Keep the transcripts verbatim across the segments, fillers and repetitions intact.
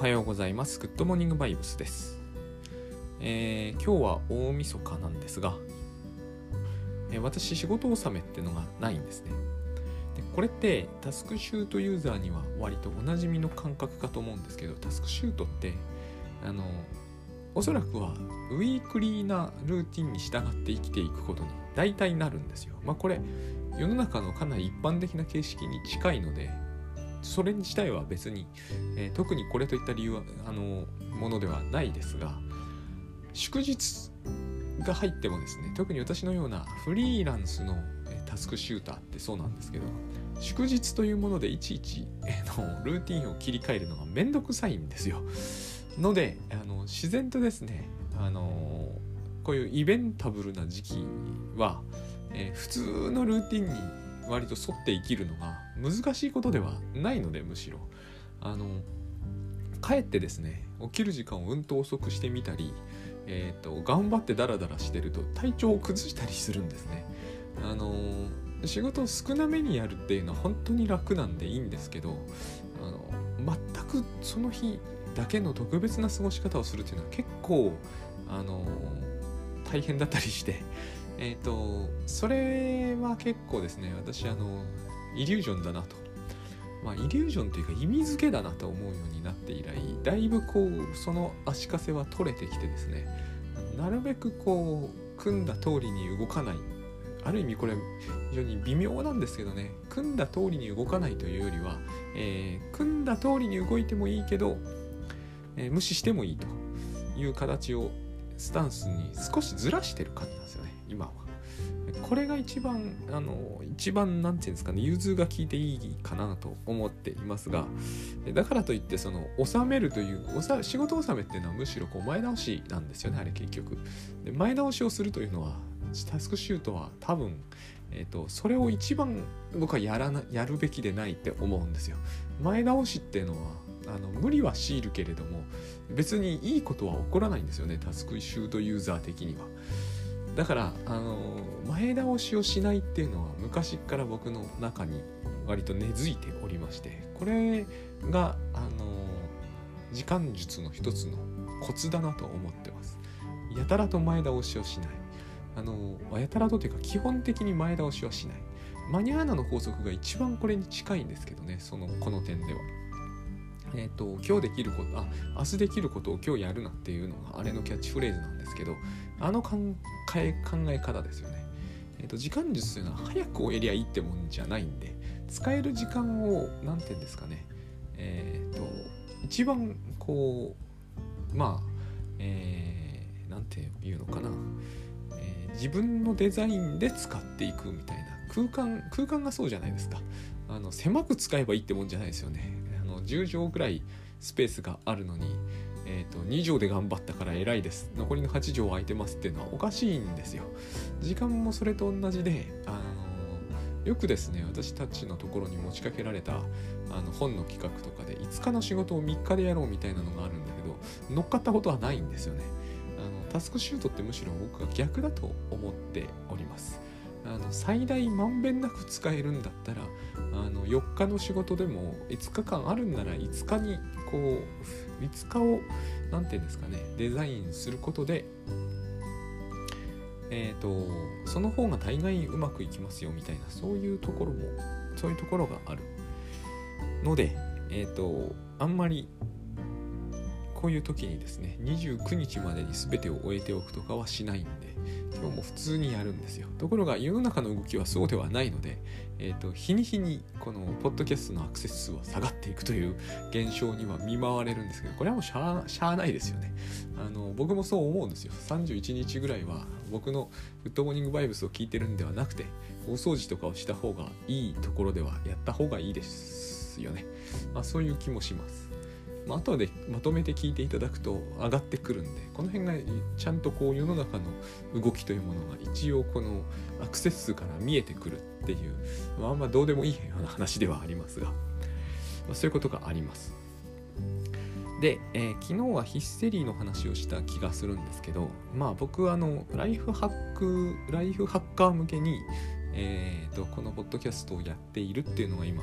はようございます。グッドモーニングバイブスです。えー、今日は大晦日なんですが、えー、私仕事納めってのがないんですね。でこれってタスクシュートユーザーには割とおなじみの感覚かと思うんですけど、タスクシュートってあのおそらくはウィークリーなルーティンに従って生きていくことに大体なるんですよ。まあこれ世の中のかなり一般的な形式に近いので、それ自体は別に、えー、特にこれといった理由はあのものではないですが、祝日が入ってもですね、特に私のようなフリーランスの、えー、タスクシューターってそうなんですけど、祝日というものでいちいち、えー、のルーティンを切り替えるのがめんどくさいんですよ。のであの自然とですね、あのこういうイベンタブルな時期は、えー、普通のルーティンに割と沿って生きるのが難しいことではないので、むしろあのかえってですね、起きる時間をうんと遅くしてみたり、えーと頑張ってダラダラしてると体調を崩したりするんですね。あの仕事を少なめにやるっていうのは本当に楽なんでいいんですけど、あの全くその日だけの特別な過ごし方をするっていうのは結構あの大変だったりして、えっとそれは結構ですね、私あのイリュージョンだなと、まあイリュージョンというか意味付けだなと思うようになって以来、だいぶこうその足かせは取れてきてですね、なるべくこう組んだ通りに動かない、ある意味これ非常に微妙なんですけどね、組んだ通りに動かないというよりは、えー、組んだ通りに動いてもいいけど、えー、無視してもいいという形をスタンスに少しずらしてる感じなんですよね、今は。これが一番あの一番なんていうんですかね、融通が効いていいかなと思っていますが、だからといってその納めるという仕事納めっていうのはむしろこう前倒しなんですよね、あれ結局。で前倒しをするというのはタスクシュートは多分、えーと、それを一番僕はやらなやるべきでないって思うんですよ。前倒しっていうのはあの無理は強いるけれども別にいいことは起こらないんですよね、タスクシュートユーザー的には。だからあの前倒しをしないっていうのは昔から僕の中に割と根付いておりまして、これがあの時間術の一つのコツだなと思ってます。やたらと前倒しをしない、あのやたらとというか基本的に前倒しはしない。マニアーナの法則が一番これに近いんですけどね、そのこの点では。えーと、今日できること、あ、明日できることを今日やるなっていうのがあれのキャッチフレーズなんですけど、あの考え、考え方ですよね。えーと、時間術というのは早く終えりゃいいってもんじゃないんで、使える時間を、なんていうんですかね、えーと、一番こう、まあ、えー、なんていうのかな、えー、自分のデザインで使っていくみたいな、空間、空間がそうじゃないですか。あの狭く使えばいいってもんじゃないですよね。じゅう畳ぐらいスペースがあるのに、えーと、に畳で頑張ったから偉いです、残りのはち畳空いてますっていうのはおかしいんですよ。時間もそれと同じで、あのー、よくですね、私たちのところに持ちかけられたあの本の企画とかでいつかの仕事をみっかでやろうみたいなのがあるんだけど、乗っかったことはないんですよね。あのタスクシュートってむしろ僕は逆だと思っております。あの最大まんべんなく使えるんだったら、あのよっかの仕事でもいつかかんあるんならいつかにこういつかをなんていうんですかね、デザインすることで、えーとその方が大概うまくいきますよみたいな、そういうところもそういうところがあるので、えーとあんまりこういう時にですね、にじゅうくにちまでに全てを終えておくとかはしないんで、今日も普通にやるんですよ。ところが世の中の動きはそうではないので、えーと、日に日にこのポッドキャストのアクセス数は下がっていくという現象には見舞われるんですけど、これはもうしゃあ、しゃあないですよね。あの僕もそう思うんですよ。さんじゅういちにちぐらいは僕のグッドモーニングバイブスを聞いてるんではなくて、大掃除とかをした方がいいところではやった方がいいですよね。まあ、そういう気もします。まあ、後でまとめて聞いていただくと上がってくるんで、この辺がちゃんとこう世の中の動きというものが一応このアクセス数から見えてくるっていう、まあ、あんまどうでもいいような話ではありますが、まあ、そういうことがあります。で、えー、昨日はヒステリーの話をした気がするんですけど、まあ僕はあのライフハックライフハッカー向けに、えー、とこのポッドキャストをやっているっていうのが今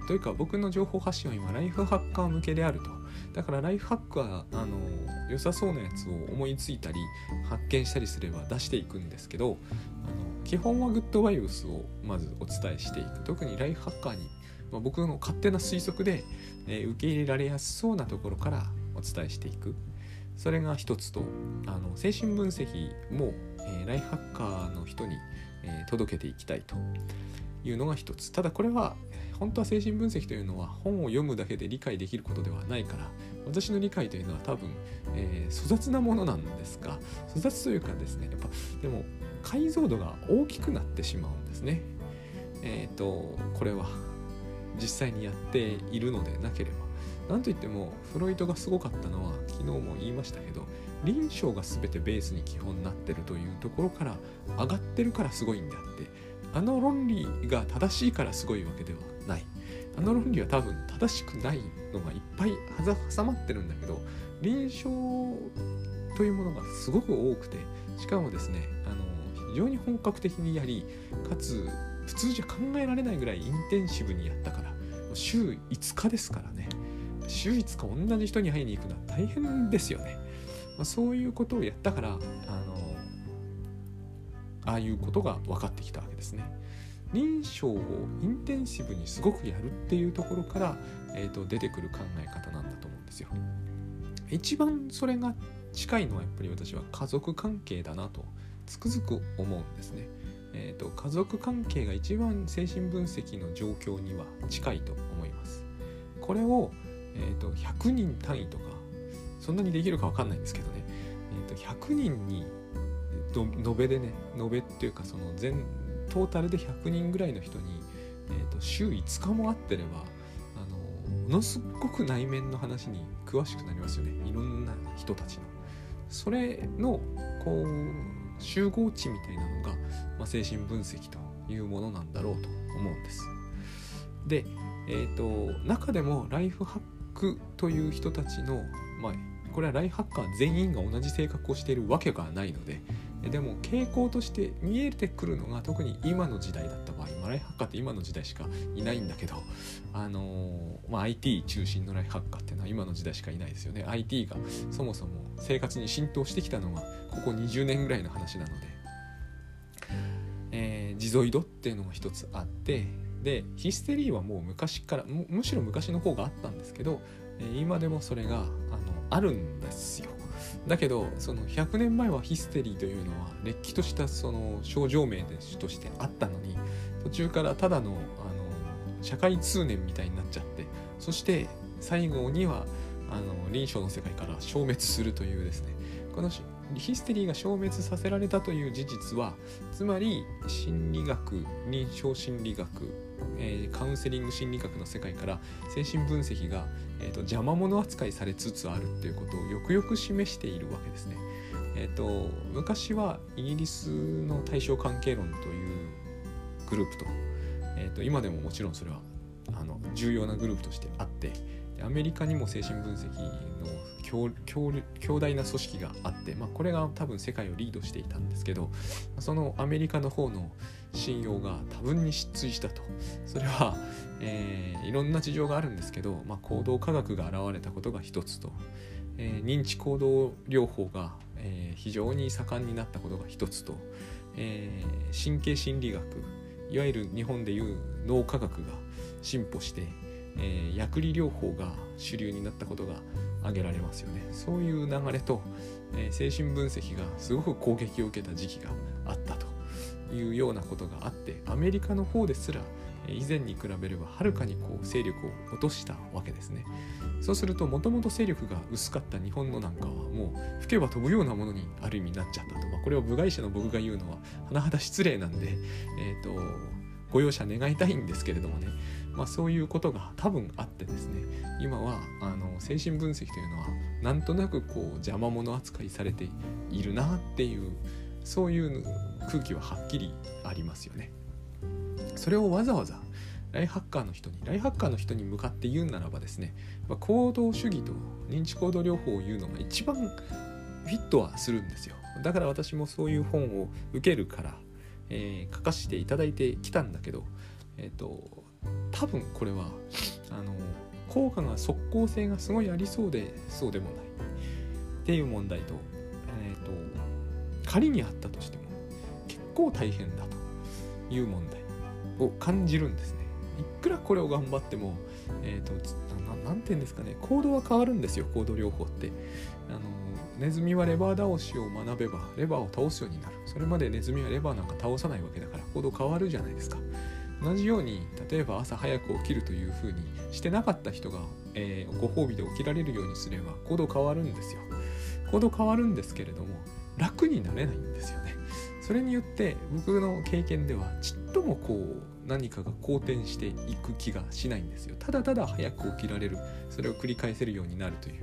というか僕の情報発信は今ライフハッカー向けであると。だからライフハックはあの良さそうなやつを思いついたり発見したりすれば出していくんですけど、あの基本はグッドバイブスをまずお伝えしていく。特にライフハッカーに、まあ、僕の勝手な推測で、えー、受け入れられやすそうなところからお伝えしていく。それが一つと、あの精神分析も、えー、ライフハッカーの人に、えー、届けていきたいというのが一つ。ただこれは本当は精神分析というのは本を読むだけで理解できることではないから、私の理解というのは多分、えー、粗雑なものなんですが、粗雑というかですね、やっぱでも解像度が大きくなってしまうんですね。えっとこれは実際にやっているのでなければ。なんといってもフロイトがすごかったのは、昨日も言いましたけど、臨床が全てベースに基本になってるというところから上がってるからすごいんであって、あの論理が正しいからすごいわけではない。あの論理は多分正しくないのがいっぱい挟まってるんだけど、臨床というものがすごく多くて、しかもですね、あの非常に本格的にやり、かつ普通じゃ考えられないぐらいインテンシブにやったから、週いつかですからね。週いつか同じ人に会いに行くのは大変ですよね。まあ、そういうことをやったから、あのああいうことが分かってきたわけですね。臨床をインテンシブにすごくやるっていうところから、えーと、出てくる考え方なんだと思うんですよ。一番それが近いのはやっぱり私は家族関係だなとつくづく思うんですね。えーと、家族関係が一番精神分析の状況には近いと思います。これを、えーと、ひゃくにん単位とかそんなにできるか分かんないんですけどね、えーと、ひゃくにんに延べでね、延べっていうかその全トータルでひゃくにんぐらいの人に、えーと、週いつかも会ってれば、あのものすごく内面の話に詳しくなりますよね。いろんな人たちのそれのこう集合値みたいなのが、まあ、精神分析というものなんだろうと思うんです。で、えーと、中でもライフハックという人たちの、まあ、これはライフハッカー全員が同じ性格をしているわけがないので、でも傾向として見えてくるのが、特に今の時代だった場合、まあ、ライフハッカーって今の時代しかいないんだけど、あのーまあ、アイティー 中心のライフハッカーっていうのは今の時代しかいないですよね。 アイティー がそもそも生活に浸透してきたのがここにじゅうねんぐらいの話なので、えー、ジゾイドっていうのが一つあって、でヒステリーはもう昔から む, むしろ昔の方があったんですけど、えー、今でもそれがあのあるんですよ。だけどそのひゃくねんまえはヒステリーというのはれっきとしたその症状名としてあったのに、途中からただの、あの社会通念みたいになっちゃって、そして最後にはあの臨床の世界から消滅するというですね、このヒステリーが消滅させられたという事実は、つまり心理学、臨床心理学、えー、カウンセリング心理学の世界から精神分析が、えーと、邪魔者扱いされつつあるっていうことをよくよく示しているわけですね。えーと、昔はイギリスの対象関係論というグループと、えーと、今でももちろんそれはあの重要なグループとしてあって、アメリカにも精神分析の 強, 強, 強大な組織があって、まあ、これが多分世界をリードしていたんですけど、そのアメリカの方の信用が多分に失墜したと。それは、えー、いろんな事情があるんですけど、まあ、行動科学が現れたことが一つと、えー、認知行動療法が、えー、非常に盛んになったことが一つと、えー、神経心理学、いわゆる日本でいう脳科学が進歩して、えー、薬理療法が主流になったことが挙げられますよね。そういう流れと、えー、精神分析がすごく攻撃を受けた時期があったというようなことがあって、アメリカの方ですら以前に比べればはるかにこう勢力を落としたわけですね。そうすると、もともと勢力が薄かった日本のなんかはもう吹けば飛ぶようなものにある意味なっちゃったと。まあ、これを部外者の僕が言うのは甚だ失礼なんで、えーとご容赦願いたいんですけれどもね、まあ、そういうことが多分あってですね、今はあの精神分析というのはなんとなくこう邪魔者扱いされているなっていう、そういう空気ははっきりありますよね。それをわざわざライフハッカーの人にライフハッカーの人に向かって言うならばですね、行動主義と認知行動療法を言うのが一番フィットはするんですよ。だから私もそういう本を受けるから、えー、書かせていただいてきたんだけど、えーと、 多分これはあの効果が即効性がすごいありそうでそうでもないっていう問題と、えーと、仮にあったとしても結構大変だという問題を感じるんですね。いくらこれを頑張っても、えーと、な, なんていうんですかね、行動は変わるんですよ。行動療法ってあのネズミはレバー倒しを学べばレバーを倒すようになる。それまでネズミはレバーなんか倒さないわけだから行動変わるじゃないですか。同じように例えば朝早く起きるというふうにしてなかった人が、えー、ご褒美で起きられるようにすれば行動変わるんですよ。行動変わるんですけれども楽になれないんですよね。それによって僕の経験ではちっともこう何かが好転していく気がしないんですよ。ただただ早く起きられる、それを繰り返せるようになるという。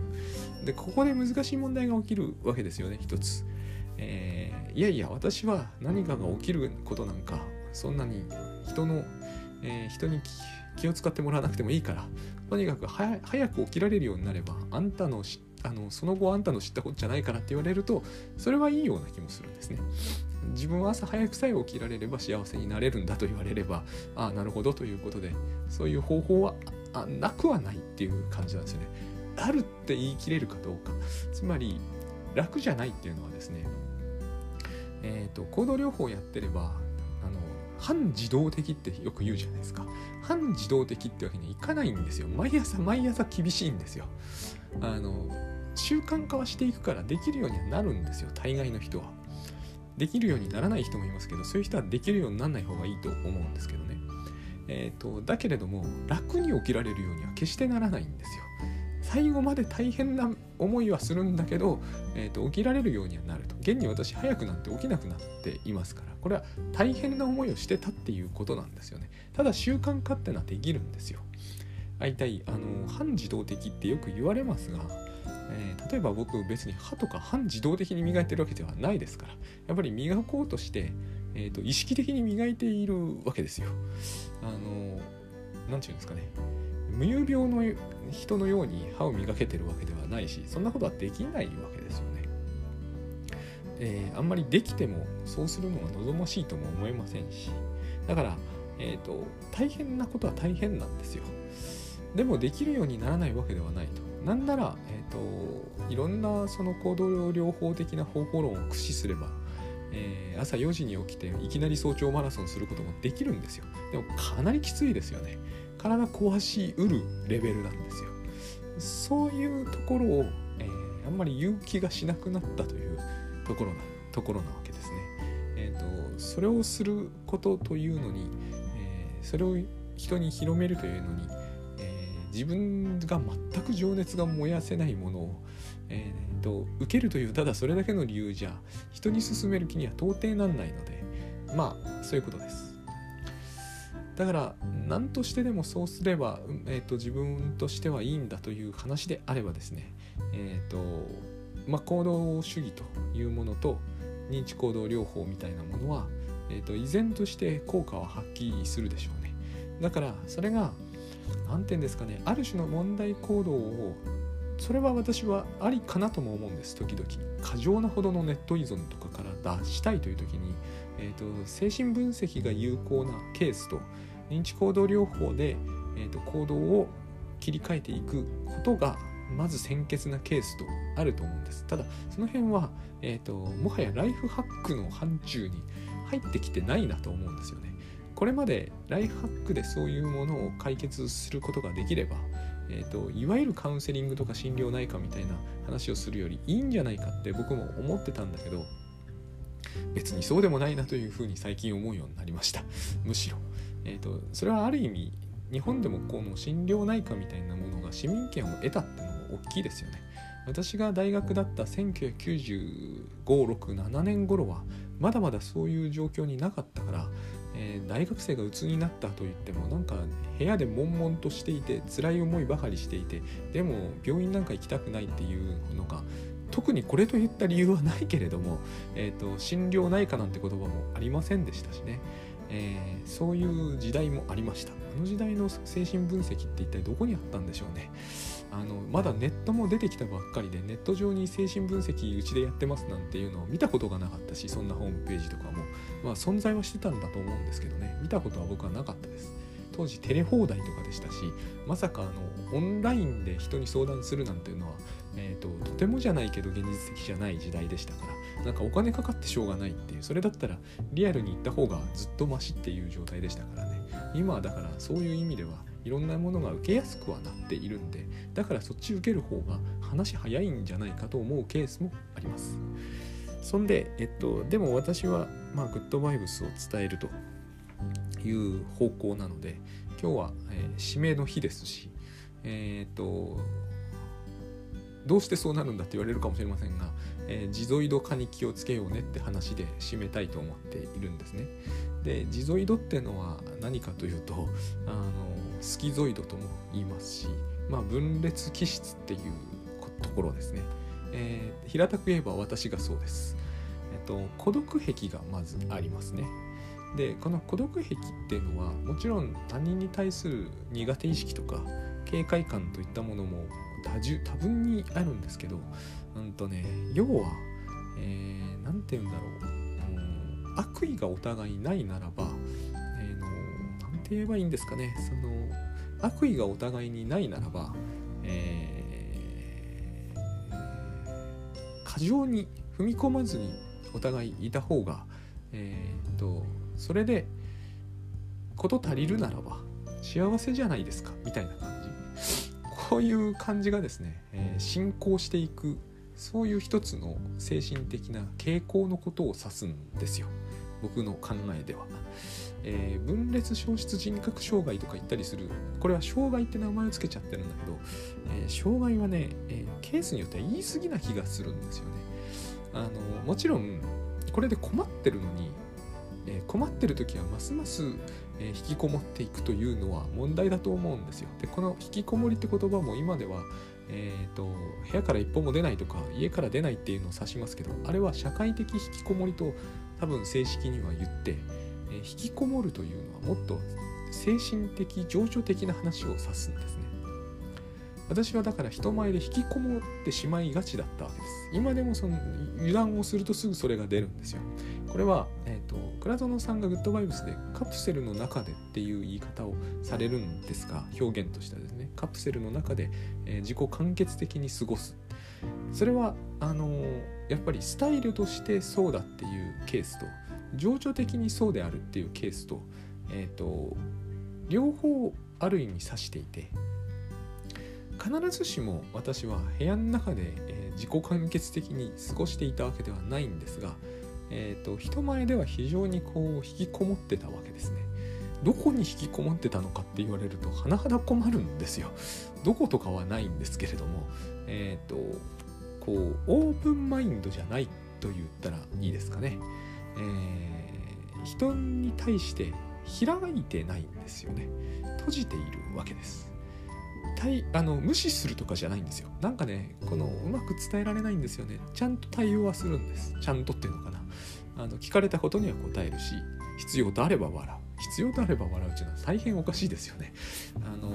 でここで難しい問題が起きるわけですよね。一つ、えー、いやいや私は何かが起きることなんかそんなに人の、えー、人に気を使ってもらわなくてもいいから、とにかくは早く起きられるようになればあんたのあのその後あんたの知ったことじゃないからって言われるとそれはいいような気もするんですね。自分は朝早くさえ起きられれば幸せになれるんだと言われれば、ああなるほどということで、そういう方法はあなくはないっていう感じなんですよね。あるって言い切れるかどうか、つまり楽じゃないっていうのはですね、えっと行動療法をやってればあの半自動的ってよく言うじゃないですか。半自動的ってわけにはいかないんですよ。毎朝毎朝厳しいんですよ。あの習慣化はしていくからできるようにはなるんですよ。大概の人はできるようにならない人もいますけど、そういう人はできるようにならない方がいいと思うんですけどね。えーと、だけれども楽に起きられるようには決してならないんですよ。最後まで大変な思いはするんだけど、えーと、起きられるようにはなると。現に私早くなんて起きなくなっていますから、これは大変な思いをしてたっていうことなんですよね。ただ習慣化ってのはできるんですよ。大体あの半自動的ってよく言われますが、えー、例えば僕別に歯とか半自動的に磨いてるわけではないですから、やっぱり磨こうとして、えーと、意識的に磨いているわけですよ。あのなんていうんですかね、無有病の人のように歯を磨けてるわけではないし、そんなことはできないわけですよね。えー、あんまりできてもそうするのが望ましいとも思えませんし、だから、えーと、大変なことは大変なんですよ。でもできるようにならないわけではないと。なんなら、えーと、いろんなその行動療法的な方法論を駆使すれば、えー、朝よじに起きていきなり早朝マラソンすることもできるんですよ。でもかなりきついですよね。体壊しうるレベルなんですよ。そういうところを、えー、あんまり言う気がしなくなったというところなところなわけですね。えーと、それをすることというのに、えー、それを人に広めるというのに、自分が全く情熱が燃やせないものを、えー、と受けるというただそれだけの理由じゃ人に勧める気には到底なんないので、まあそういうことです。だから何としてでもそうすれば、えー、と自分としてはいいんだという話であればですね、えーとまあ、行動主義というものと認知行動療法みたいなものは、えー、と依然として効果は発揮するでしょうね。だからそれがなんていうんですかね、ある種の問題行動を、それは私はありかなとも思うんです。時々過剰なほどのネット依存とかから脱したいという時に、えーと、精神分析が有効なケースと認知行動療法で、えーと、行動を切り替えていくことがまず先決なケースとあると思うんです。ただその辺は、えーと、もはやライフハックの範疇に入ってきてないなと思うんですよね。これまでライフハックでそういうものを解決することができれば、えーと、いわゆるカウンセリングとか心療内科みたいな話をするよりいいんじゃないかって僕も思ってたんだけど、別にそうでもないなというふうに最近思うようになりました。むしろ、えーと、それはある意味日本でもこの心療内科みたいなものが市民権を得たっていうのも大きいですよね。私が大学だったせんきゅうひゃくきゅうじゅうご、ろく、ななねん頃はまだまだそういう状況になかったから、えー、大学生が鬱になったと言ってもなんか部屋で悶々としていて辛い思いばかりしていて、でも病院なんか行きたくないっていうのが特にこれといった理由はないけれども、えーと、心療内科なんて言葉もありませんでしたしね、えー、そういう時代もありました。あの時代の精神分析って一体どこにあったんでしょうね。あのまだネットも出てきたばっかりで、ネット上に精神分析うちでやってますなんていうのを見たことがなかったし、そんなホームページとかも、まあ、存在はしてたんだと思うんですけどね、見たことは僕はなかったです。 当時テレ放題とかでしたし、まさかあのオンラインで人に相談するなんていうのは、えーと、とてもじゃないけど現実的じゃない時代でしたから、なんかお金かかってしょうがないっていう、それだったらリアルに行った方がずっとマシっていう状態でしたからね。今はだからそういう意味ではいろんなものが受けやすくはなっているんで、だからそっち受ける方が話早いんじゃないかと思うケースもあります。そんで、えっと、でも私は、まあ、グッドバイブスを伝えるという方向なので、今日は、えー、指名の日ですし、えー、っとどうしてそうなるんだって言われるかもしれませんが、えー、ジゾイド化に気をつけようねって話で締めたいと思っているんですね。で、ジゾイドってのは何かというと、あのスキゾイドとも言いますし、まあ、分裂気質っていうところですね。えー、平たく言えば私がそうです。えっと、孤独癖がまずありますね。で、この孤独癖っていうのはもちろん他人に対する苦手意識とか警戒感といったものも多重多分にあるんですけど、うんとね、要は、えー、なんて言うんだろう、うん、悪意がお互いないならば、えー、のなんて言えばいいんですかね、その悪意がお互いにないならば、えー過剰に踏み込まずにお互いいた方が、えー、とそれで事足りるならば幸せじゃないですかみたいな感じ、こういう感じがですね、えー、進行していく、そういう一つの精神的な傾向のことを指すんですよ、僕の考えでは。えー、分裂消失人格障害とか言ったりする、これは障害って名前をつけちゃってるんだけど、えー、障害はね、えー、ケースによっては言い過ぎな気がするんですよね。あのもちろんこれで困ってるのに、えー、困ってる時はますます、えー、引きこもっていくというのは問題だと思うんですよ。で、この引きこもりって言葉も今では、えーと、部屋から一歩も出ないとか家から出ないっていうのを指しますけど、あれは社会的引きこもりと多分正式には言って、えー、引きこもるというのはもっと精神的情緒的な話を指すんですね。私はだから人前で引きこもってしまいがちだったわけです。今でもその油断をするとすぐそれが出るんですよ。これは、えーと、倉園さんがグッドバイブスでカプセルの中でっていう言い方をされるんですが、表現としてはですね、カプセルの中で、えー、自己完結的に過ごす。それはあのー、やっぱりスタイルとしてそうだっていうケースと、情緒的にそうであるっていうケースと、えーと、両方ある意味指していて、必ずしも私は部屋の中で、えー、自己完結的に過ごしていたわけではないんですが、えーと、人前では非常にこう引きこもってたわけですね。どこに引きこもってたのかって言われると甚だ困るんですよ。どことかはないんですけれども、えーと、こうオープンマインドじゃないと言ったらいいですかね。えー、人に対して開いてないんですよね。閉じているわけです。あの無視するとかじゃないんですよ。なんかね、このうまく伝えられないんですよね。ちゃんと対応はするんです。ちゃんとっていうのかな。あの聞かれたことには答えるし、必要とあれば笑う。必要とあれば笑うっていうのは大変おかしいですよね。あの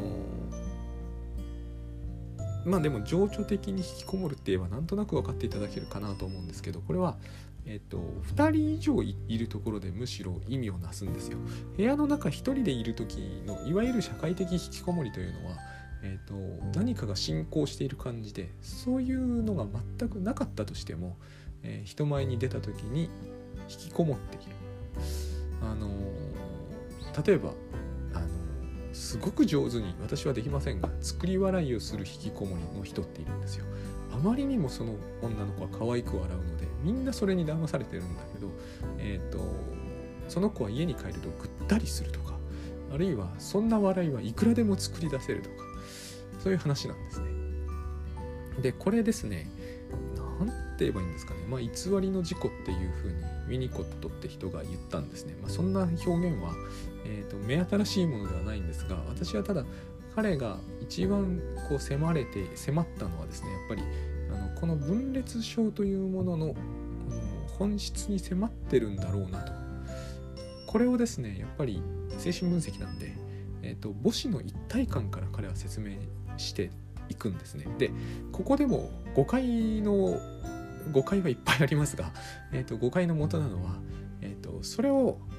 ー、まあでも情緒的に引きこもるって言えばなんとなく分かっていただけるかなと思うんですけど、これはえっと、ふたり以上 い, いるところでむしろ意味をなすんですよ。部屋の中ひとりでいる時のいわゆる社会的引きこもりというのは、えーと、何かが進行している感じで、そういうのが全くなかったとしても、えー、人前に出た時に引きこもっている。あのー、例えば、あのー、すごく上手に、私はできませんが、作り笑いをする引きこもりの人っているんですよ。あまりにもその女の子は可愛く笑うので、みんなそれに騙されてるんだけど、えーと、その子は家に帰るとぐったりするとか、あるいはそんな笑いはいくらでも作り出せるとか、そういう話なんですね。で、これですね、なんて言えばいいんですかね、まあ、偽りの自己っていう風にウィニコットって人が言ったんですね。まあ、そんな表現は、えーと、目新しいものではないんですが、私はただ彼が一番こう迫れて迫ったのはですね、やっぱりあのこの分裂症というものの、うん、本質に迫ってるんだろうなと。これをですね、やっぱり精神分析なんで、えーと、母子の一体感から彼は説明していくんですね。で、ここでも誤解の誤解はいっぱいありますが、えーと、誤解の元なのは、えーと、それを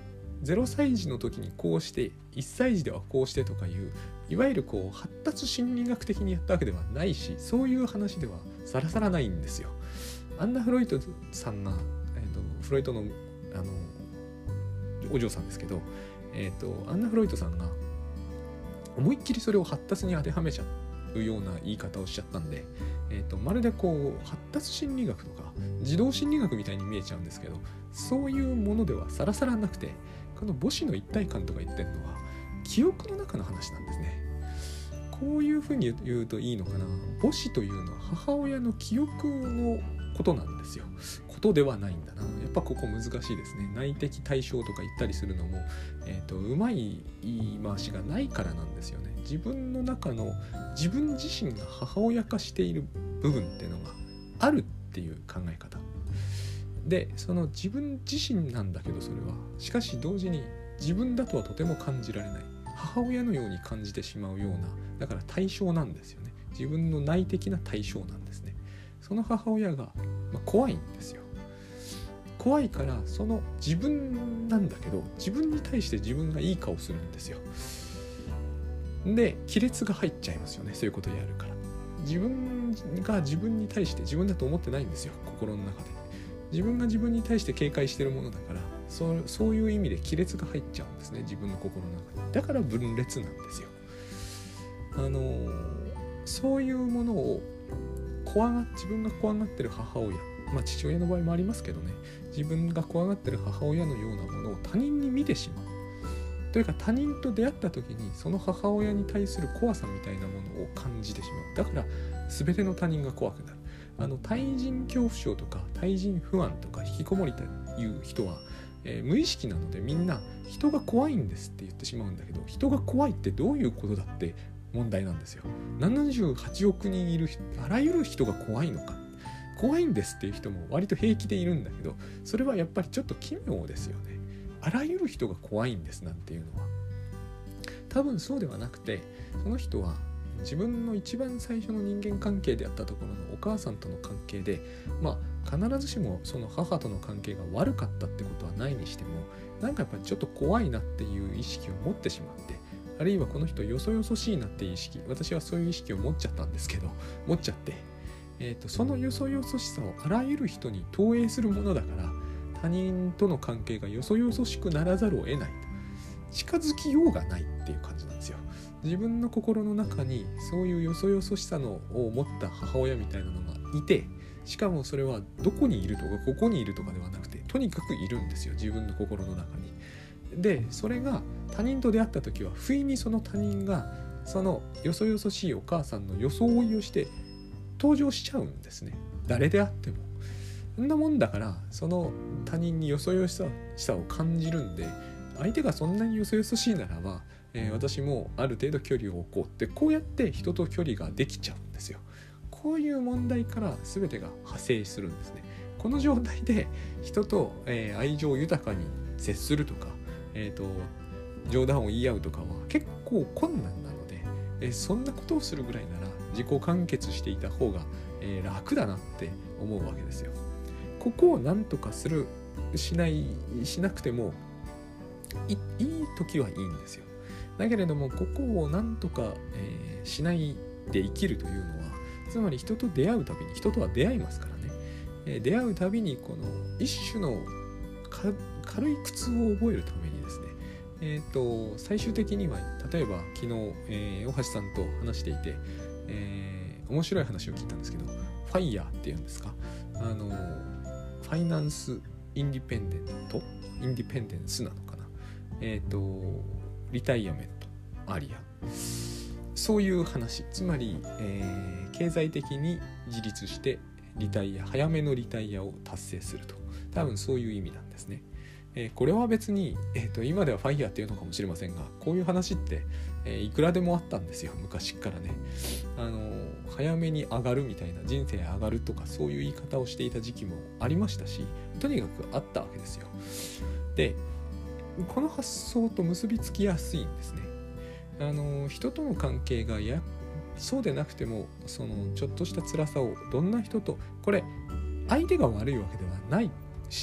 ゼロさい児の時にこうしていっさい児ではこうしてとかいういわゆるこう発達心理学的にやったわけではないし、そういう話ではさらさらないんですよ。アンナ・フロイトさんが、えーと、フロイトの、あのお嬢さんですけど、えーと、アンナ・フロイトさんが思いっきりそれを発達に当てはめちゃうような言い方をしちゃったんで、えーと、まるでこう発達心理学とか児童心理学みたいに見えちゃうんですけど、そういうものではさらさらなくて、この母子の一体感とか言ってるのは記憶の中の話なんですね。こういうふうに言うといいのかな。母子というのは母親の記憶のことなんですよ。ことではないんだな。やっぱここ難しいですね。内的対象とか言ったりするのも、えーと、うまい言い回しがないからなんですよね。自分の中の自分自身が母親化している部分っていうのがあるっていう考え方で、その自分自身なんだけど、それはしかし同時に自分だとはとても感じられない、母親のように感じてしまうような、だから対象なんですよね。自分の内的な対象なんですね。その母親が、まあ、怖いんですよ。怖いからその自分なんだけど、自分に対して自分がいい顔するんですよ。で亀裂が入っちゃいますよね、そういうことやるから。自分が自分に対して自分だと思ってないんですよ、心の中で。自分が自分に対して警戒してるものだから、そう、そういう意味で亀裂が入っちゃうんですね、自分の心の中に。だから分裂なんですよ。あのー、そういうものを怖が自分が怖がってる母親、まあ父親の場合もありますけどね、自分が怖がってる母親のようなものを他人に見てしまうというか、他人と出会った時にその母親に対する怖さみたいなものを感じてしまう。だから全ての他人が怖くなる。あの対人恐怖症とか対人不安とか引きこもりという人は、えー、無意識なのでみんな人が怖いんですって言ってしまうんだけど、人が怖いってどういうことだって問題なんですよ。ななじゅうはちおくにんいるあらゆる人が怖いのか、怖いんですっていう人も割と平気でいるんだけど、それはやっぱりちょっと奇妙ですよね。あらゆる人が怖いんですなんていうのは多分そうではなくて、その人は自分の一番最初の人間関係であったところのお母さんとの関係で、まあ必ずしもその母との関係が悪かったってことはないにしても、なんかやっぱりちょっと怖いなっていう意識を持ってしまって、あるいはこの人よそよそしいなっていう意識、私はそういう意識を持っちゃったんですけど、持っちゃって、えーと、そのよそよそしさをあらゆる人に投影するものだから、他人との関係がよそよそしくならざるを得ない、近づきようがないっていう感じなんですよ。自分の心の中にそういうよそよそしさのを持った母親みたいなのがいて、しかもそれはどこにいるとかここにいるとかではなくて、とにかくいるんですよ、自分の心の中に。でそれが他人と出会った時は不意にその他人がそのよそよそしいお母さんの装いをして登場しちゃうんですね、誰であっても。そんなもんだから、その他人によそよしさを感じるんで、相手がそんなによそよそしいならば、えー、私もある程度距離を置こうって、こうやって人と距離ができちゃうんですよ。こういう問題から全てが派生するんですね。この状態で人と、えー、愛情豊かに接するとか、えーと、冗談を言い合うとかは結構困難なので、えー、そんなことをするぐらいなら自己完結していた方が、えー、楽だなって思うわけですよ。ここを何とかするしないしなくても い, いい時はいいんですよ。だけれどもここを何とか、えー、しないで生きるというのは、つまり人と出会うたびに、人とは出会いますからね、えー、出会うたびにこの一種の軽い苦痛を覚えるためにですね、えー、と最終的には例えば昨日、えー、大橋さんと話していて、えー、面白い話を聞いたんですけど、ファイヤーっていうんですか、あのファイナンスインディペンデントインディペンデンスなのかな、えっ、ー、とリタイアメントアリア、そういう話、つまり、えー、経済的に自立してリタイア、早めのリタイアを達成すると、多分そういう意味なんですね。えー、これは別に、えーと、今ではファイヤーっていうのかもしれませんが、こういう話って、えー、いくらでもあったんですよ、昔からね。あのー、早めに上がるみたいな、人生上がるとかそういう言い方をしていた時期もありましたし、とにかくあったわけですよ。で、この発想と結びつきやすいんですね。あのー、人との関係がやそうでなくても、そのちょっとした辛さをどんな人と、これ相手が悪いわけではないし、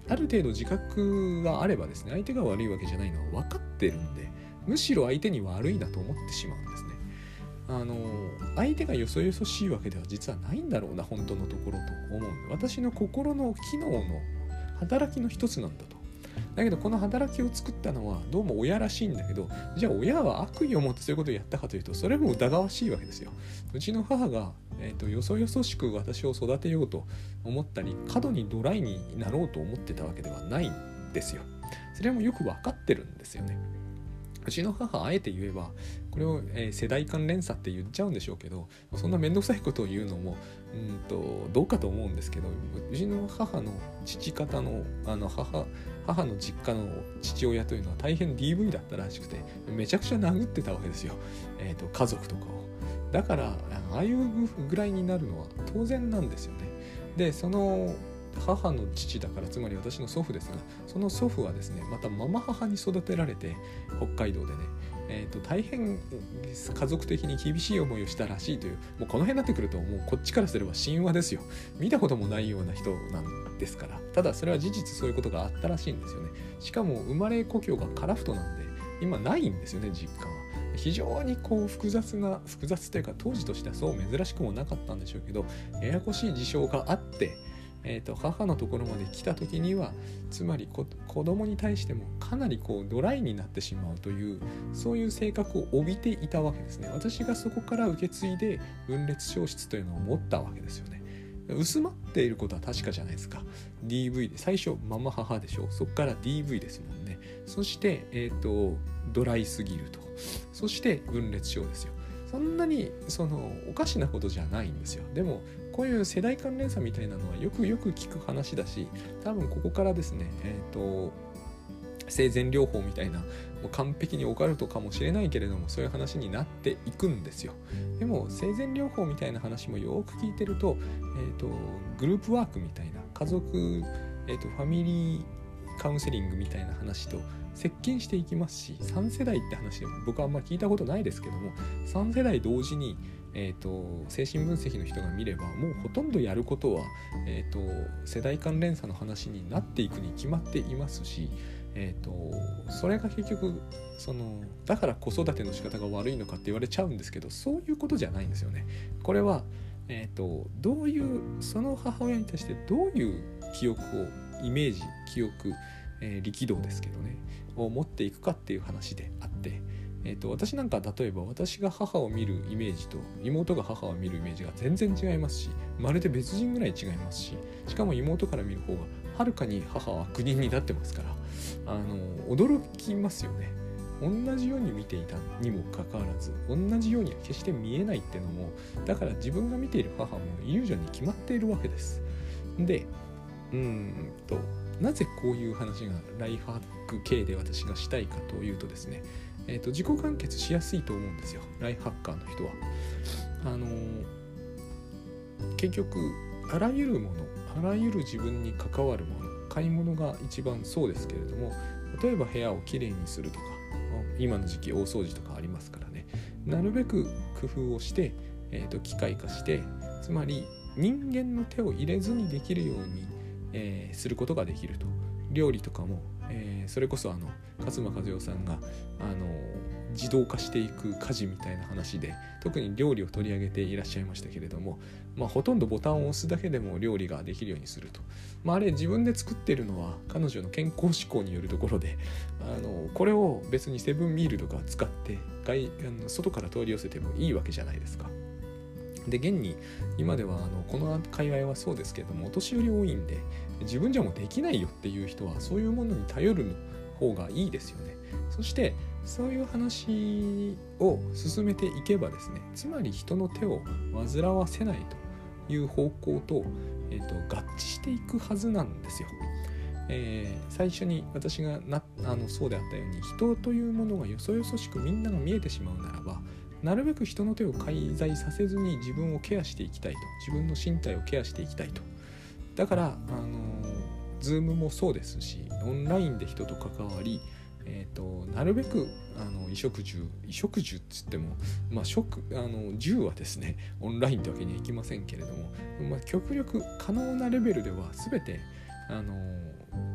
ある程度自覚があればですね、相手が悪いわけじゃないのは分かってるんで、むしろ相手に悪いなと思ってしまうんですね。あの相手がよそよそしいわけでは実はないんだろうな、本当のところと思うんで、私の心の機能の働きの一つなんだと。だけどこの働きを作ったのはどうも親らしいんだけど、じゃあ親は悪意を持ってそういうことをやったかというと、それも疑わしいわけですよ。うちの母が、えーと、よそよそしく私を育てようと思ったり、過度にドライになろうと思ってたわけではないんですよ。それもよく分かってるんですよね。うちの母、あえて言えばこれを、えー、世代間連鎖って言っちゃうんでしょうけど、そんな面倒くさいことを言うのもうんとどうかと思うんですけど、うちの母の父方のあの母母の実家の父親というのは大変 ディーブイ だったらしくて、めちゃくちゃ殴ってたわけですよ、えーと、家族とかを。だからああいうぐらいになるのは当然なんですよね。でその母の父だから、つまり私の祖父ですが、その祖父はですね、またママ母に育てられて北海道でね、えー、と大変家族的に厳しい思いをしたらしいという、もうこの辺になってくるともうこっちからすれば神話ですよ。見たこともないような人なんですから。ただそれは事実そういうことがあったらしいんですよね。しかも生まれ故郷が樺太なんで今ないんですよね、実家は。非常にこう複雑な複雑というか、当時としてはそう珍しくもなかったんでしょうけど、ややこしい事象があって、えー、と母のところまで来た時には、つまり子供に対してもかなりこうドライになってしまうという、そういう性格を帯びていたわけですね。私がそこから受け継いで分裂消失というのを持ったわけですよね。薄まっていることは確かじゃないですか。 ディーブイ で最初ママ母でしょ、そこから ディーブイ ですもんね。そして、えー、とドライすぎると、そして分裂症ですよ。そんなにそのおかしなことじゃないんですよ。でもこういう世代間連鎖みたいなのはよくよく聞く話だし、多分ここからですね、えっと生前療法みたいな、もう完璧にオカルトかもしれないけれども、そういう話になっていくんですよ。でも生前療法みたいな話もよく聞いてると、えっとグループワークみたいな、家族、えっとファミリーカウンセリングみたいな話と接近していきますし、さん世代って話でも僕はあんまり聞いたことないですけども、さん世代同時に、えーと、精神分析の人が見れば、もうほとんどやることは、えーと、世代間連鎖の話になっていくに決まっていますし、えーと、それが結局そのだから子育ての仕方が悪いのかって言われちゃうんですけど、そういうことじゃないんですよね。これは、えーと、どういうその母親に対してどういう記憶をイメージ記憶、えー、力道ですけどねを持っていくかっていう話であって、えーと、私なんか例えば私が母を見るイメージと妹が母を見るイメージが全然違いますし、まるで別人ぐらい違いますし、しかも妹から見る方がはるかに母は悪人になってますから、あの驚きますよね。同じように見ていたにもかかわらず、同じようには決して見えないっていうのも、だから自分が見ている母もイリュージョンに決まっているわけです。で、うーんとなぜこういう話がライフハック系で私がしたいかというとですね、えーと、自己完結しやすいと思うんですよ、ライフハッカーの人は。あのー、結局あらゆるもの、あらゆる自分に関わるもの、買い物が一番そうですけれども、例えば部屋をきれいにするとか、今の時期大掃除とかありますからね、なるべく工夫をして、えーと、機械化して、つまり人間の手を入れずにできるようにえー、することができると。料理とかも、えー、それこそあの勝間和代さんが、あの自動化していく家事みたいな話で特に料理を取り上げていらっしゃいましたけれども、まあ、ほとんどボタンを押すだけでも料理ができるようにすると。まあ、あれ自分で作ってるのは彼女の健康志向によるところで、あのこれを別にセブンミールとか使って外あの外から取り寄せてもいいわけじゃないですか。で現に今ではあのこの界隈はそうですけれども、お年寄り多いんで、自分じゃもうできないよっていう人はそういうものに頼る方がいいですよね。そしてそういう話を進めていけばですね、つまり人の手を煩わせないという方向と、えーと、合致していくはずなんですよ。えー、最初に私がなあのそうであったように、人というものがよそよそしくみんなが見えてしまうならば、なるべく人の手を介在させずに自分をケアしていきたいと、自分の身体をケアしていきたいと。だからあのズームもそうですし、オンラインで人と関わり、えーと、なるべくあの衣食住衣食住っつっても、まあ、食あの住はですねオンラインってわけにはいきませんけれども、まあ、極力可能なレベルでは全てあの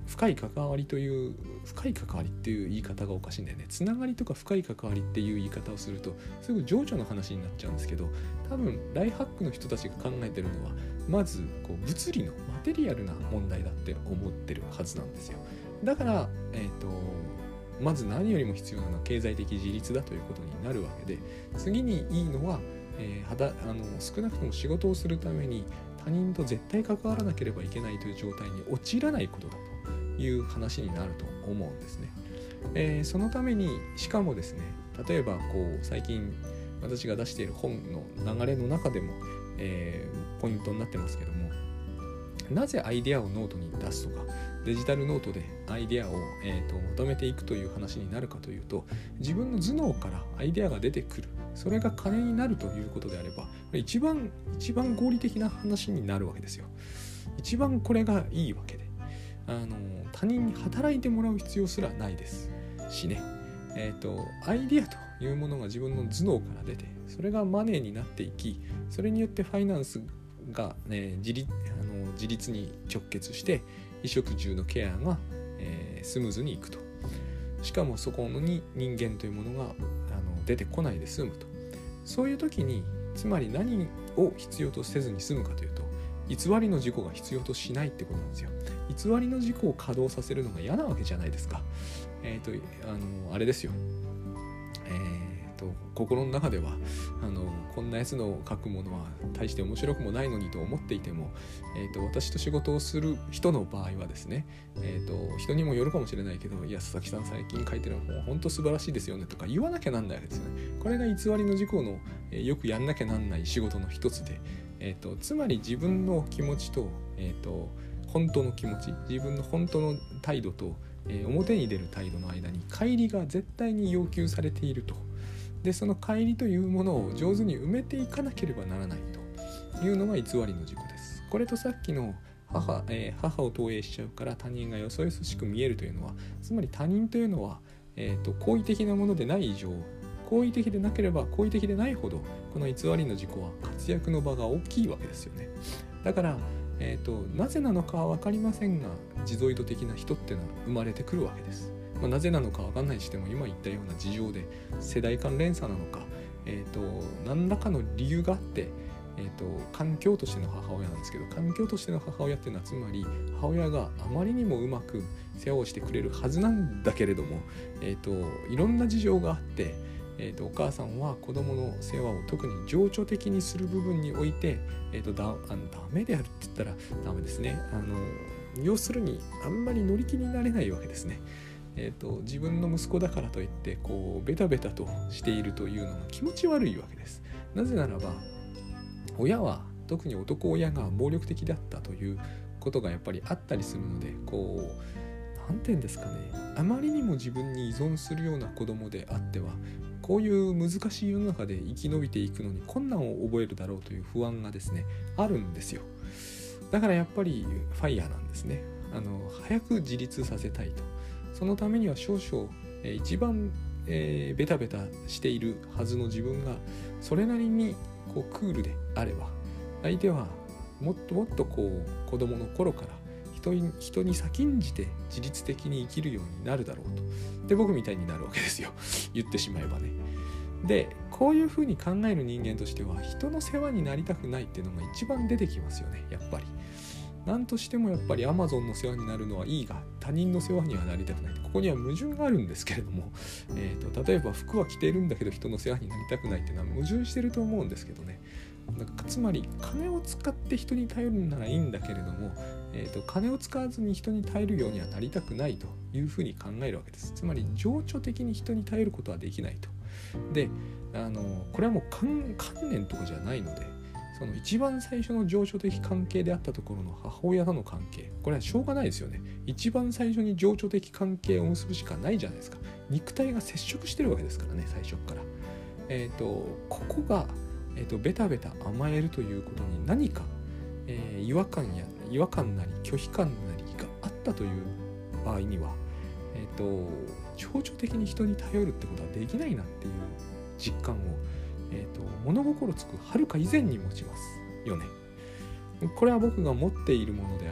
深い関わりという深い関わりっていう言い方がおかしいんだよね。つながりとか深い関わりっていう言い方をするとすぐ情緒の話になっちゃうんですけど、多分ライハックの人たちが考えてるのはまずこう物理のマテリアルな問題だって思ってるはずなんですよ。だから、えーと、まず何よりも必要なのは経済的自立だということになるわけで、次にいいのは、えー、はだあの少なくとも仕事をするために他人と絶対関わらなければいけないという状態に陥らないことだという話になると思うんですね。えー、そのためにしかもですね、例えばこう最近私が出している本の流れの中でも、えー、ポイントになってますけども、なぜアイデアをノートに出すとかデジタルノートでアイデアを、えーと、まとめていくという話になるかというと、自分の頭脳からアイデアが出てくる、それが金になるということであれば、これ一番一番合理的な話になるわけですよ。一番これがいいわけで、あの他人に働いてもらう必要すらないですしね、えーと、アイデアというものが自分の頭脳から出て、それがマネーになっていき、それによってファイナンスが、ね、自立、あの自立に直結して衣食住のケアが、えー、スムーズにいくと。しかもそこに人間というものがあの出てこないで済むと。そういう時につまり何を必要とせずに済むかというと、偽りの自己が必要としないってことなんですよ。偽りの自己を稼働させるのが嫌なわけじゃないですか。えっとあのあれですよ、えー、と心の中ではあのこんなやつの書くものは大して面白くもないのにと思っていても、えー、と私と仕事をする人の場合はですね、えー、と人にもよるかもしれないけど、いや佐々木さん最近書いてるのも本当素晴らしいですよねとか言わなきゃなんないわけですよね。これが偽りの自己の、えー、よくやんなきゃなんない仕事の一つで、えー、とつまり自分の気持ちと、えー、と本当の気持ち、自分の本当の態度と、えー、表に出る態度の間に乖離が絶対に要求されていると。でその乖離というものを上手に埋めていかなければならないというのが偽りの自己です。これとさっきの 母,、えー、母を投影しちゃうから他人がよそよそしく見えるというのは、つまり他人というのは、えー、と好意的なものでない以上、好意的でなければ好意的でないほどこの偽りの自己は活躍の場が大きいわけですよね。だから、えー、となぜなのかは分かりませんが、ジゾイド的な人っていうのは生まれてくるわけです。まあ、なぜなのか分かんないにしても、今言ったような事情で世代間連鎖なのか、えー、と何らかの理由があって、えー、と環境としての母親なんですけど、環境としての母親っていうのはつまり母親があまりにもうまく世話をしてくれるはずなんだけれども、えー、といろんな事情があって、えー、とお母さんは子供の世話を特に情緒的にする部分において、えー、と だ, あのダメであるって言ったらダメですね。あの要するにあんまり乗り気になれないわけですね。えー、と自分の息子だからといってこうベタベタとしているというのが気持ち悪いわけです。なぜならば親は、特に男親が暴力的だったということがやっぱりあったりするので、こうなんていうんですかね、あまりにも自分に依存するような子供であっては、こういう難しい世の中で生き延びていくのに困難を覚えるだろうという不安がですねあるんですよ。だからやっぱりファイヤーなんですね。あの早く自立させたいと。そのためには少々、えー、一番、えー、ベタベタしているはずの自分がそれなりにこうクールであれば、相手はもっともっとこう子供の頃から人に、人に先んじて自律的に生きるようになるだろうと。で僕みたいになるわけですよ言ってしまえばね。でこういうふうに考える人間としては、人の世話になりたくないっていうのが一番出てきますよね。やっぱり何としてもやっぱりアマゾンの世話になるのはいいが、他人の世話にはなりたくない。ここには矛盾があるんですけれども、えーと、例えば服は着ているんだけど人の世話になりたくないっていうのは矛盾してると思うんですけどね。なんかつまり金を使って人に頼るならいいんだけれども、えーと、金を使わずに人に頼るようにはなりたくないというふうに考えるわけです。つまり情緒的に人に頼ることはできないと。で、あのこれはもう観念とかじゃないので、その一番最初の情緒的関係であったところの母親との関係、これはしょうがないですよね。一番最初に情緒的関係を結ぶしかないじゃないですか。肉体が接触してるわけですからね、最初から。えっとここが、えー、とベタベタ甘えるということに何か、えー、違和感や違和感なり拒否感なりがあったという場合には、えっと情緒的に人に頼るってことはできないなっていう実感を、えーと、物心つくはるか以前に持ちますよね。これは僕が持っているものであり、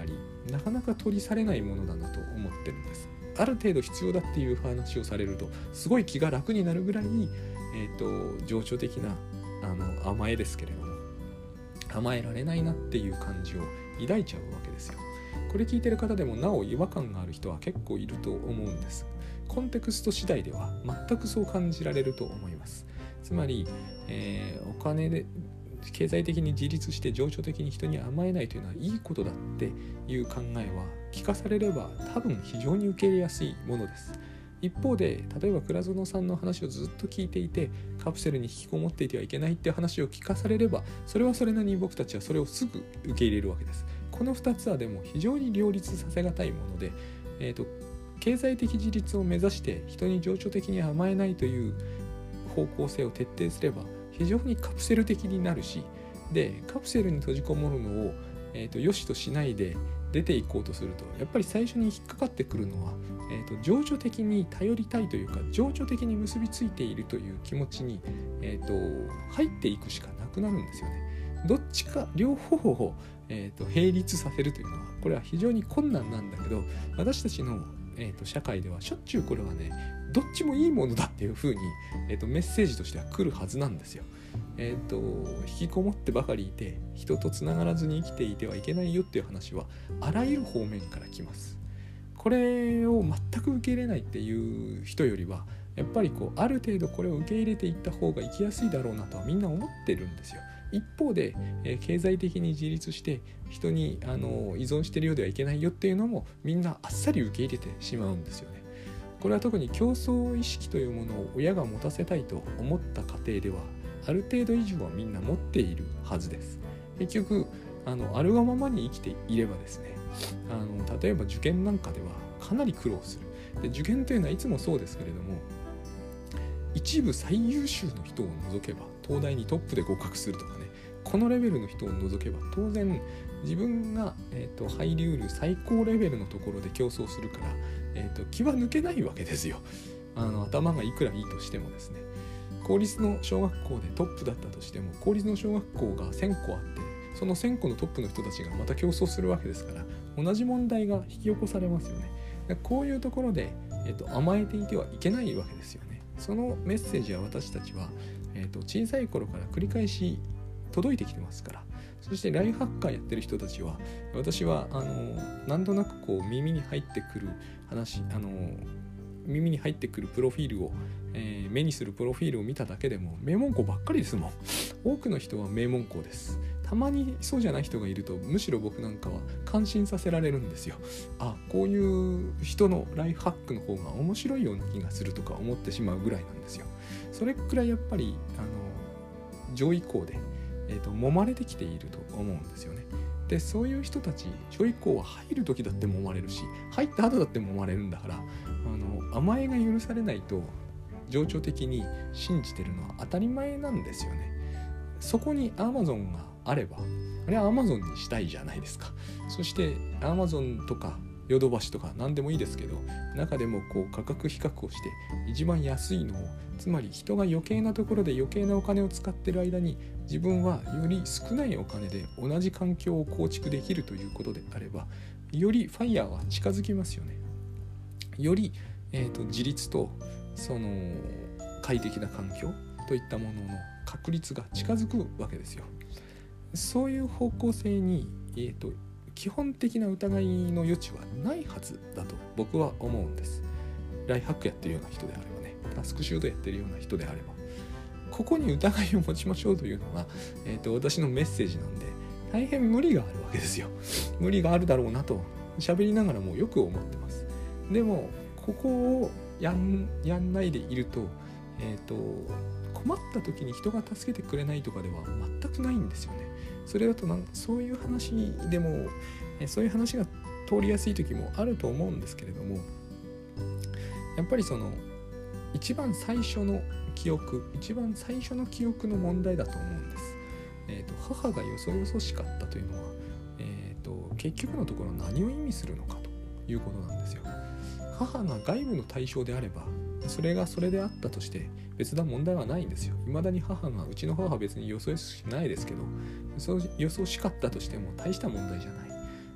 なかなか取り去れないものだなと思ってるんです。ある程度必要だっていう話をされるとすごい気が楽になるぐらい、えーと、情緒的なあの甘えですけれども、甘えられないなっていう感じを抱いちゃうわけですよ。これ聞いてる方でもなお違和感がある人は結構いると思うんです。コンテクスト次第では全くそう感じられると思います。つまり、えー、お金で経済的に自立して情緒的に人に甘えないというのはいいことだっていう考えは聞かされれば多分非常に受け入れやすいものです。一方で例えば倉園さんの話をずっと聞いていてカプセルに引きこもっていてはいけないっていう話を聞かされればそれはそれなりに僕たちはそれをすぐ受け入れるわけです。このふたつはでも非常に両立させがたいもので、えーと、経済的自立を目指して人に情緒的に甘えないという方向性を徹底すれば非常にカプセル的になるし、でカプセルに閉じこもるのを、えーと、良しとしないで出ていこうとするとやっぱり最初に引っかかってくるのは、えーと、情緒的に頼りたいというか情緒的に結びついているという気持ちに、えーと、入っていくしかなくなるんですよね。どっちか両方を、えーと、並立させるというのはこれは非常に困難なんだけど、私たちの、えーと、社会ではしょっちゅうこれはねどっちもいいものだっていう風に、えーと、メッセージとしては来るはずなんですよ。えーと、引きこもってばかりいて人とつながらずに生きていてはいけないよっていう話はあらゆる方面から来ます。これを全く受け入れないっていう人よりはやっぱりこうある程度これを受け入れていった方が生きやすいだろうなとはみんな思ってるんですよ。一方で、えー、経済的に自立して人にあの依存しているようではいけないよっていうのもみんなあっさり受け入れてしまうんですよね。これは特に競争意識というものを親が持たせたいと思った家庭ではある程度以上はみんな持っているはずです。結局あのあるがままに生きていればですね、あの例えば受験なんかではかなり苦労する。で受験というのはいつもそうですけれども、一部最優秀の人を除けば東大にトップで合格するとかね、このレベルの人を除けば当然自分が、えーと、入りうる最高レベルのところで競争するから、えーと、気は抜けないわけですよ。あの頭がいくらいいとしてもですね、公立の小学校でトップだったとしても公立の小学校がせんこあってそのせんこのトップの人たちがまた競争するわけですから同じ問題が引き起こされますよね。こういうところで、えーと、甘えていてはいけないわけですよね。そのメッセージは私たちは、えーと、小さい頃から繰り返し届いてきてますから。そしてライフハッカーやってる人たちは私はあのなんとなくこう耳に入ってくる話あの耳に入ってくるプロフィールを、えー、目にするプロフィールを見ただけでも名門校ばっかりですもん。多くの人は名門校です。たまにそうじゃない人がいるとむしろ僕なんかは感心させられるんですよ。あ、こういう人のライフハックの方が面白いような気がするとか思ってしまうぐらいなんですよ。それくらいやっぱりあの上位校で、えーと、揉まれてきていると思うんですよね。でそういう人たち上位校は入る時だって揉まれるし入った後だって揉まれるんだから、あの甘えが許されないと情緒的に信じてるのは当たり前なんですよね。そこに Amazon があればあれは Amazon にしたいじゃないですか。そして Amazon とかヨドバシとか何でもいいですけど中でもこう価格比較をして一番安いのを、つまり人が余計なところで余計なお金を使ってる間に自分はより少ないお金で同じ環境を構築できるということであればよりファイヤーは近づきますよね。より、えーと、自立とその快適な環境といったものの確率が近づくわけですよ。そういう方向性に、えーと、基本的な疑いの余地はないはずだと僕は思うんです。ライフハックやってるような人であればね、タスクシュートやってるような人であればここに疑いを持ちましょうというのが、えーと、私のメッセージなんで大変無理があるわけですよ。無理があるだろうなと喋りながらもよく思ってます。でもここをやん、やんないでいると、えーと、困った時に人が助けてくれないとかでは全くないんですよね。それだとなんそういう話でもそういう話が通りやすい時もあると思うんですけれども、やっぱりその一番最初の記憶一番最初の記憶の問題だと思うんです。えーと、母がよそよそしかったというのは、えーと、結局のところ何を意味するのかということなんですよ。母が外部の対象であればそれがそれであったとして別な問題はないんですよ。未だに母がうちの母は別によそよそしないですけど、そうよそしかったとしても大した問題じゃない。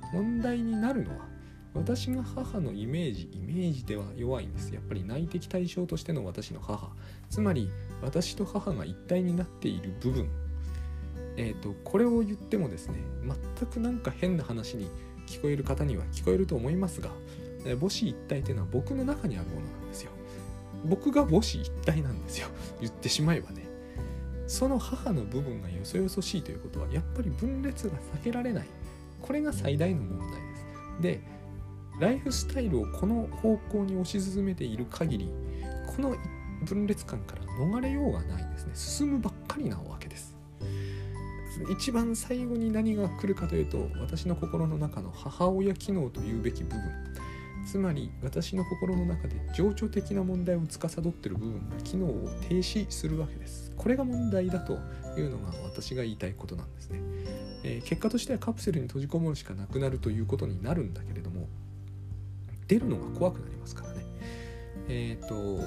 問題になるのは私が母のイメージイメージでは弱いんです。やっぱり内的対象としての私の母、つまり私と母が一体になっている部分、えーと、これを言ってもですね、全くなんか変な話に聞こえる方には聞こえると思いますが、えー、母子一体というのは僕の中にあるものなんですよ。僕が母子一体なんですよ。言ってしまえばね。その母の部分がよそよそしいということは、やっぱり分裂が避けられない。これが最大の問題です。で、ライフスタイルをこの方向に推し進めている限り、この分裂感から逃れようがないんですね。進むばっかりなわけです。一番最後に何が来るかというと、私の心の中の母親機能というべき部分、つまり私の心の中で情緒的な問題を司っている部分が機能を停止するわけです。これが問題だというのが私が言いたいことなんですね。えー、結果としてはカプセルに閉じこもるしかなくなるということになるんだけれども、出るのが怖くなりますからね。えっと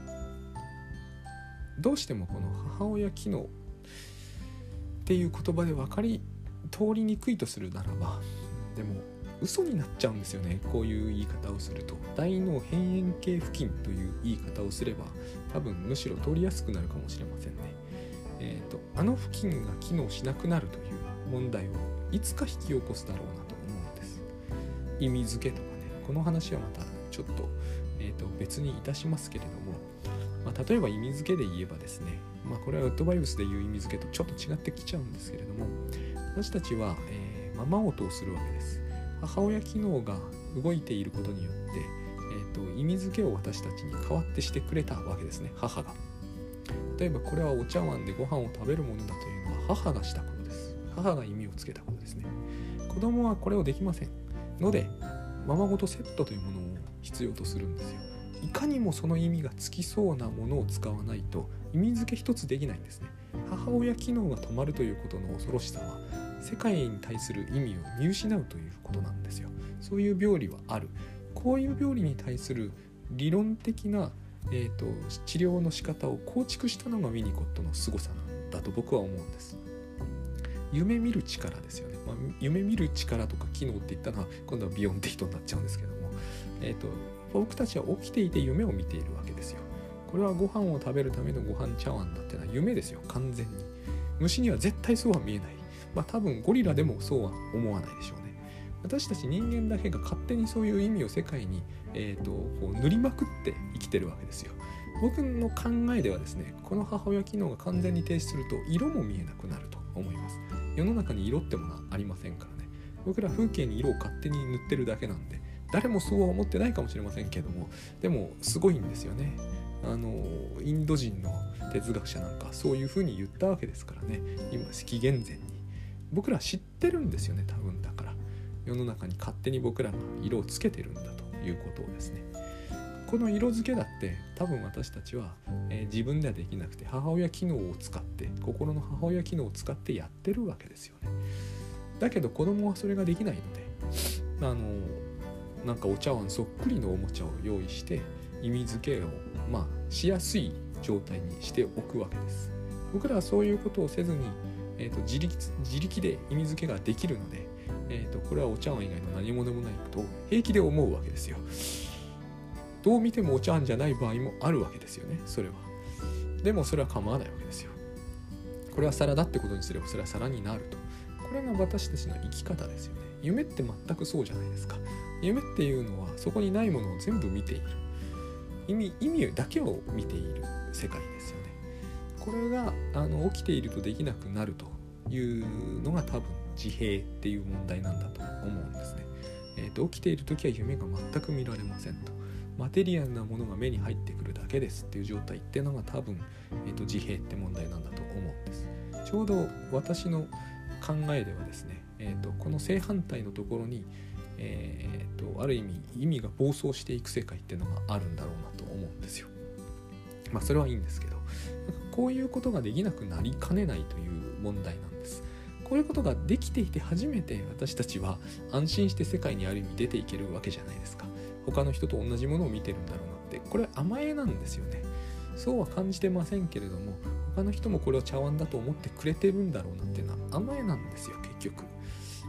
どうしてもこの母親機能っていう言葉で分かり通りにくいとするならば、でも嘘になっちゃうんですよね。こういう言い方をすると、大脳辺縁系付近という言い方をすれば多分むしろ通りやすくなるかもしれませんね。えっとあの付近が機能しなくなるという問題をいつか引き起こすだろうなと思うんです。意味付けとかね、この話はまたちょっと、えーと別にいたしますけれども、まあ、例えば意味付けで言えばですね、まあ、これはウッドバイブスでいう意味付けとちょっと違ってきちゃうんですけれども、私たちは、えー、ままごとをするわけです。母親機能が動いていることによって、えーと、意味付けを私たちに代わってしてくれたわけですね、母が。例えばこれはお茶碗でご飯を食べるものだというのは母がしたことです。母が意味をつけたことですね。子供はこれをできませんので、ままごとセットというものを必要とするんですよ。いかにもその意味がつきそうなものを使わないと意味付け一つできないんですね。母親機能が止まるということの恐ろしさは、世界に対する意味を見失うということなんですよ。そういう病理はある。こういう病理に対する理論的な、えーと、治療の仕方を構築したのがウィニコットの凄さなんだと僕は思うんです。夢見る力ですよね。まあ、夢見る力とか機能って言ったら今度はビヨンテ人になっちゃうんですけども、えーと僕たちは起きていて夢を見ているわけですよ。これはご飯を食べるためのご飯茶碗だってのは夢ですよ、完全に。虫には絶対そうは見えない。まあ多分ゴリラでもそうは思わないでしょうね。私たち人間だけが勝手にそういう意味を世界に、えーと、こう塗りまくって生きてるわけですよ。僕の考えではですね、この母親機能が完全に停止すると色も見えなくなると思います。世の中に色ってものはありませんからね。僕ら風景に色を勝手に塗ってるだけなんで、誰もそうは思ってないかもしれませんけども、でもすごいんですよね。あのインド人の哲学者なんかそういう風に言ったわけですからね。今紀元前に僕ら知ってるんですよね。多分だから世の中に勝手に僕らが色をつけてるんだということをですね。この色付けだって多分私たちは、えー、自分ではできなくて母親機能を使って、心の母親機能を使ってやってるわけですよね。だけど子供はそれができないので、あのなんかお茶碗そっくりのおもちゃを用意して意味付けをまあしやすい状態にしておくわけです。僕らはそういうことをせずに、えーと、自力、自力で意味付けができるので、えーと、これはお茶碗以外の何もでもないと平気で思うわけですよ。どう見てもお茶碗じゃない場合もあるわけですよね。それはでもそれは構わないわけですよ。これは皿だってことにすればそれは皿になると。これが私たちの生き方ですよね。夢って全くそうじゃないですか。夢っていうのはそこにないものを全部見ている、意味、意味だけを見ている世界ですよね。これがあの起きているとできなくなるというのが多分自閉っていう問題なんだと思うんですね。えーと、起きている時は夢が全く見られませんと。マテリアルなものが目に入ってくるだけですっていう状態っていうのが多分、えーと、自閉って問題なんだと思うんです。ちょうど私の考えではですね、えーと、この正反対のところにえー、とある意味意味が暴走していく世界っていうのがあるんだろうなと思うんですよ。まあそれはいいんですけど、こういうことができなくなりかねないという問題なんです。こういうことができていて初めて私たちは安心して世界にある意味出ていけるわけじゃないですか。他の人と同じものを見てるんだろうなって、これ甘えなんですよね。そうは感じてませんけれども、他の人もこれを茶碗だと思ってくれてるんだろうなっていうのは甘えなんですよ。結局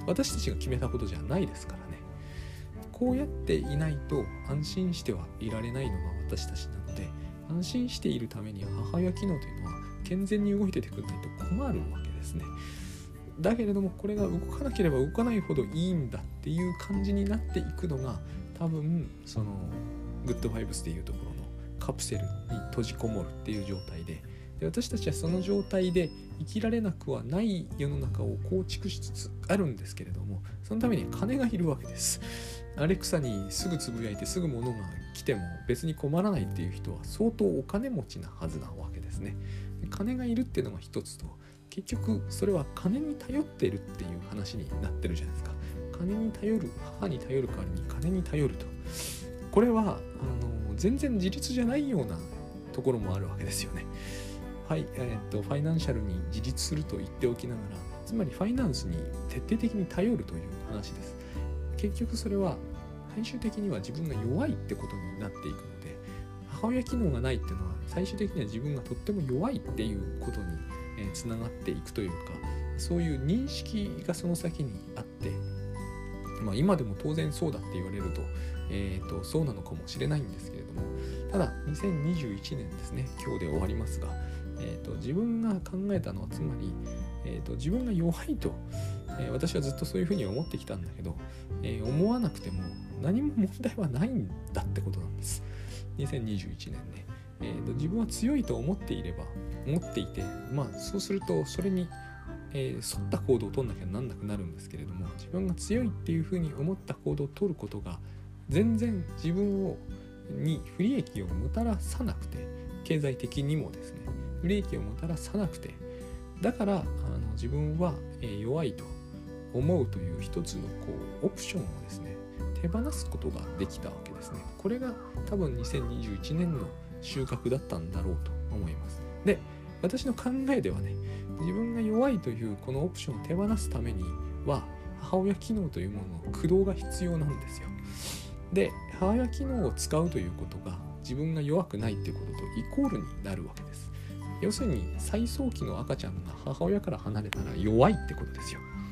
私たちが決めたことじゃないですからね。こうやっていないと安心してはいられないのが私たちなので、安心しているために母親機能というのは健全に動いててくれないと困るわけですね。だけれどもこれが動かなければ動かないほどいいんだっていう感じになっていくのが、多分そのグッドバイブスでいうところのカプセルに閉じこもるっていう状態で、で私たちはその状態で生きられなくはない世の中を構築しつつあるんですけれども、そのために金がいるわけです。アレクサにすぐつぶやいてすぐ物が来ても別に困らないっていう人は相当お金持ちなはずなわけですね。で金がいるっていうのが一つと、結局それは金に頼っているっていう話になってるじゃないですか。金に頼る、母に頼る代わりに金に頼ると、これはあの全然自立じゃないようなところもあるわけですよね。はい、えー、っとファイナンシャルに自立すると言っておきながら、つまりファイナンスに徹底的に頼るという話です。結局それは最終的には自分が弱いってことになっていくので、母親機能がないっていうのは最終的には自分がとっても弱いっていうことにつながっていくというか、そういう認識がその先にあって、まあ、今でも当然そうだって言われると、えーと、そうなのかもしれないんですけれども、ただにせんにじゅういちねんですね、今日で終わりますが、えーと、自分が考えたのはつまり、えーと、自分が弱いと、えー、私はずっとそういうふうに思ってきたんだけど、えー、思わなくても何も問題はないんだってことなんです。にせんにじゅういちねんね、えーと、自分は強いと思っていれば思っていて、まあそうするとそれに、えー、沿った行動を取んなきゃなんなくなるんですけれども、自分が強いっていうふうに思った行動を取ることが全然自分をに不利益をもたらさなくて、経済的にもですね不利益をもたらさなくて、だからあの自分は、えー、弱いと思うという一つのこうオプションをですね手放すことができたわけですね。これが多分にせんにじゅういちねんの収穫だったんだろうと思います。で、私の考えではね、自分が弱いというこのオプションを手放すためには母親機能というものの駆動が必要なんですよ。で、母親機能を使うということが自分が弱くないっていうこととイコールになるわけです。要するに最早期の赤ちゃんが母親から離れたら弱いってことですよ。